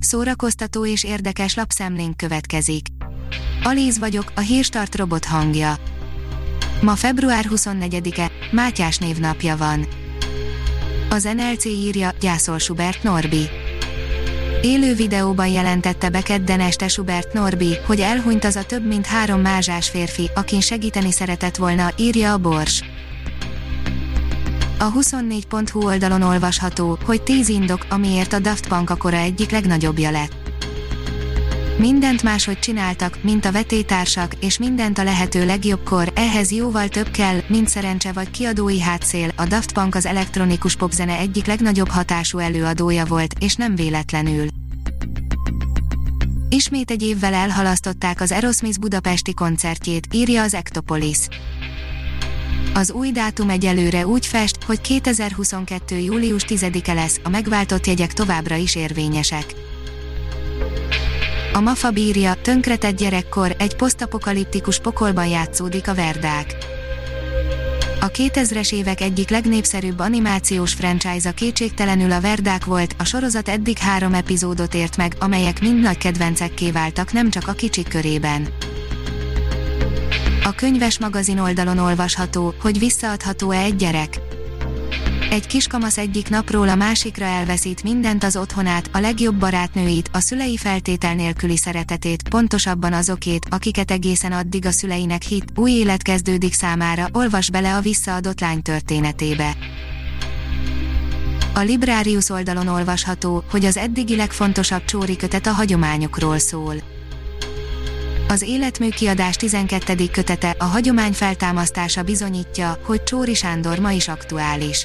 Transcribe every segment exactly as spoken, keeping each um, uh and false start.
szórakoztató és érdekes lapszemlénk következik. Alíz vagyok, a Hírstart robot hangja. Ma február huszonnegyedike, Mátyás névnapja van. Az en el cé írja, gyászol Schubert Norbi. Élő videóban jelentette be kedden este Schubert Norbi, hogy elhunyt az a több mint három mázsás férfi, akin segíteni szeretett volna, írja a Bors. A huszonnégy pont hu oldalon olvasható, hogy tíz indok, amiért a Daft Punk akkora egyik legnagyobbja lett. Mindent máshogy csináltak, mint a vetélytársak, és mindent a lehető legjobbkor, ehhez jóval több kell, mint szerencse vagy kiadói hátszél. A Daft Punk az elektronikus popzene egyik legnagyobb hatású előadója volt, és nem véletlenül. Ismét egy évvel elhalasztották az Aerosmith budapesti koncertjét, írja az Ektopolis. Az új dátum egyelőre úgy fest, hogy kétezer-huszonkettő július tizedike lesz, a megváltott jegyek továbbra is érvényesek. A Mafab írja, tönkretett gyerekkor, egy posztapokaliptikus pokolban játszódik a Verdák. A kétezres évek egyik legnépszerűbb animációs franchise-a kétségtelenül a Verdák volt, a sorozat eddig három epizódot ért meg, amelyek mind nagy kedvencekké váltak nem csak a kicsik körében. A Könyves magazin oldalon olvasható, hogy visszaadható-e egy gyerek. Egy kiskamasz egyik napról a másikra elveszít mindent, az otthonát, a legjobb barátnőit, a szülei feltétel nélküli szeretetét, pontosabban azokét, akiket egészen addig a szüleinek hitt, új élet kezdődik számára, olvas bele a visszaadott lány történetébe. A Librarius oldalon olvasható, hogy az eddigi legfontosabb Csóri kötet a hagyományokról szól. Az Életmű kiadás tizenkettedik kötete, a hagyomány feltámasztása bizonyítja, hogy Csóri Sándor ma is aktuális.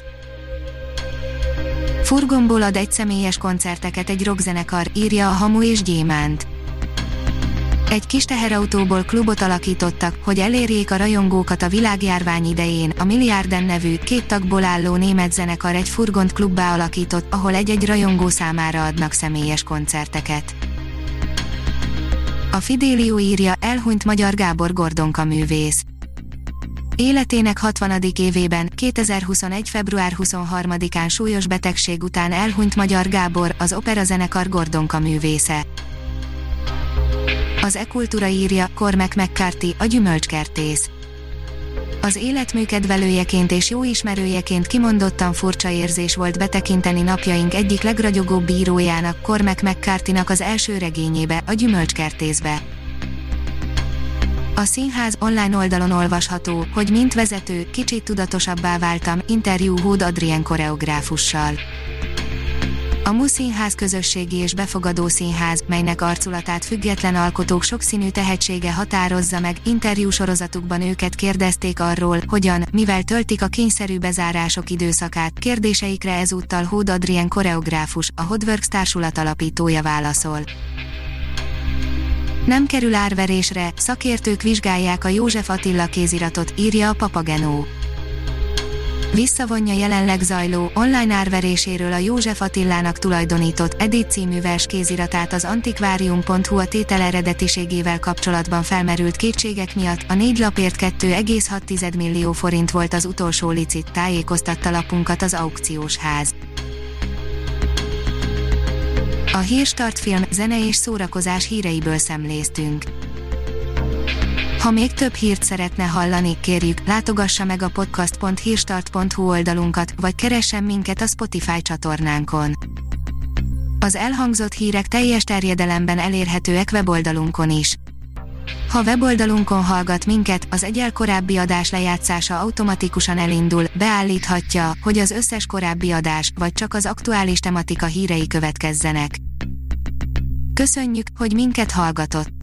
Furgonból ad egyszemélyes koncerteket egy rockzenekar, írja a Hamu és Gyémánt. Egy kis teherautóból klubot alakítottak, hogy elérjék a rajongókat a világjárvány idején. A Milliárden nevű, két tagból álló német zenekar egy furgont klubbá alakított, ahol egy-egy rajongó számára adnak személyes koncerteket. A Fidelio írja, elhunyt Magyar Gábor Gordonka művész. Életének hatvanadik évében, kétezer-huszonegy február huszonharmadikán súlyos betegség után elhunyt Magyar Gábor, az operazenekar Gordonka művésze. Az E-Kultúra írja, Cormac McCarthy, a gyümölcskertész. Az életmű kedvelőjeként és jó ismerőjeként kimondottan furcsa érzés volt betekinteni napjaink egyik legragyogóbb bírójának, Cormac McCarthynak az első regényébe, a Gyümölcskertészbe. A Színház online oldalon olvasható, hogy mint vezető, kicsit tudatosabbá váltam, interjú Hód Adrien koreográfussal. A MU Színház közösségi és befogadó színház, melynek arculatát független alkotók sokszínű tehetsége határozza meg, interjú sorozatukban őket kérdezték arról, hogyan, mivel töltik a kényszerű bezárások időszakát. Kérdéseikre ezúttal Hód Adrien koreográfus, a Hodworks társulat alapítója válaszol. Nem kerül árverésre, szakértők vizsgálják a József Attila kéziratot, írja a Papagenó. Visszavonja jelenleg zajló, online árveréséről a József Attilának tulajdonított Edit című vers kéziratát az antikvárium pont hu a tétel eredetiségével kapcsolatban felmerült kétségek miatt. A négy lapért két egész hat millió forint volt az utolsó licit, tájékoztatta lapunkat az aukciós ház. A Hírstart film, zene és szórakozás híreiből szemléztünk. Ha még több hírt szeretne hallani, kérjük, látogassa meg a podcast pont hírstart pont hu oldalunkat, vagy keressen minket a Spotify csatornánkon. Az elhangzott hírek teljes terjedelemben elérhetőek weboldalunkon is. Ha weboldalunkon hallgat minket, az egyel korábbi adás lejátszása automatikusan elindul, beállíthatja, hogy az összes korábbi adás, vagy csak az aktuális tematika hírei következzenek. Köszönjük, hogy minket hallgatott!